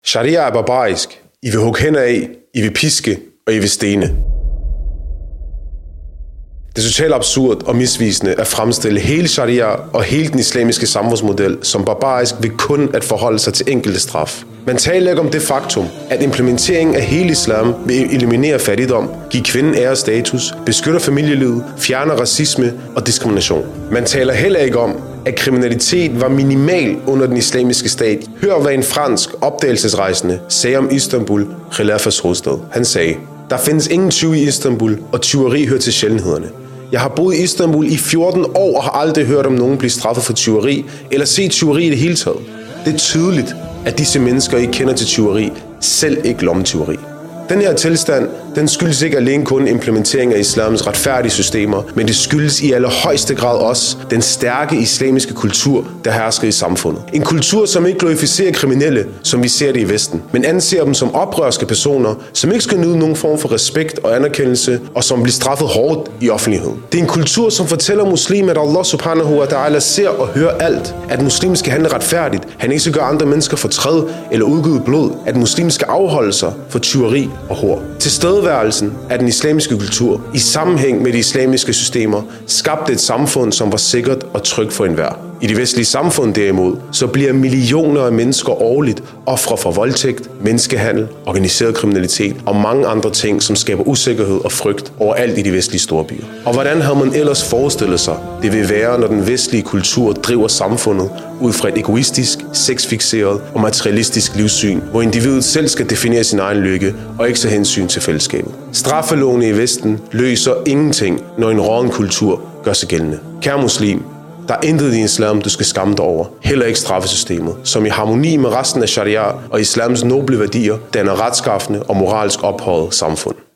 Sharia er barbarisk. I vil hugge hænder af, I vil piske, og I vil stene. Det er totalt absurd og misvisende at fremstille hele sharia og hele den islamiske samfundsmodel som barbarisk ved kun at forholde sig til enkelte straf. Man taler ikke om det faktum, at implementeringen af hele islam vil eliminere fattigdom, give kvinden ærestatus, beskytter familielivet, fjerner racisme og diskrimination. Man taler heller ikke om, at kriminalitet var minimal under den islamiske stat. Hør, hvad en fransk opdagelsesrejsende sagde om Istanbul, Khilafas hovedstad. Han sagde: "Der findes ingen tyve i Istanbul, og tyveri hører til sjældenhederne. Jeg har boet i Istanbul i 14 år og har aldrig hørt om nogen blive straffet for tyveri, eller set tyveri i det hele taget. Det er tydeligt, at disse mennesker ikke kender til tyveri, selv ikke lommetyveri." Den her tilstand, den skyldes ikke alene kun implementering af islams retfærdige systemer, men det skyldes i allerhøjeste grad også den stærke islamiske kultur, der hersker i samfundet. En kultur, som ikke glorificerer kriminelle, som vi ser det i Vesten, men anser dem som oprørske personer, som ikke skal nyde nogen form for respekt og anerkendelse, og som bliver straffet hårdt i offentligheden. Det er en kultur, som fortæller muslimer, at Allah subhanahu wa ta'ala ser og hører alt, at muslimer skal handle retfærdigt, han ikke skal gøre andre mennesker fortræd eller udgyde blod, at muslimer skal afholde sig for tyveri og hor. Tilstedeværelsen af den islamiske kultur i sammenhæng med de islamiske systemer skabte et samfund, som var sikkert og trygt for enhver. I de vestlige samfund derimod, så bliver millioner af mennesker årligt ofre for voldtægt, menneskehandel, organiseret kriminalitet og mange andre ting, som skaber usikkerhed og frygt overalt i de vestlige storbyer. Og hvordan havde man ellers forestillet sig, det vil være, når den vestlige kultur driver samfundet ud fra et egoistisk, sexfikseret og materialistisk livssyn, hvor individet selv skal definere sin egen lykke og ikke tage hensyn til fællesskabet? Straffelovene i Vesten løser ingenting, når en rådden kultur gør sig gældende. Kære muslim, der er intet i islam, du skal skamme dig over. Heller ikke straffesystemet, som i harmoni med resten af sharia og islams noble værdier danner retskaffende og moralsk ophøjet samfund.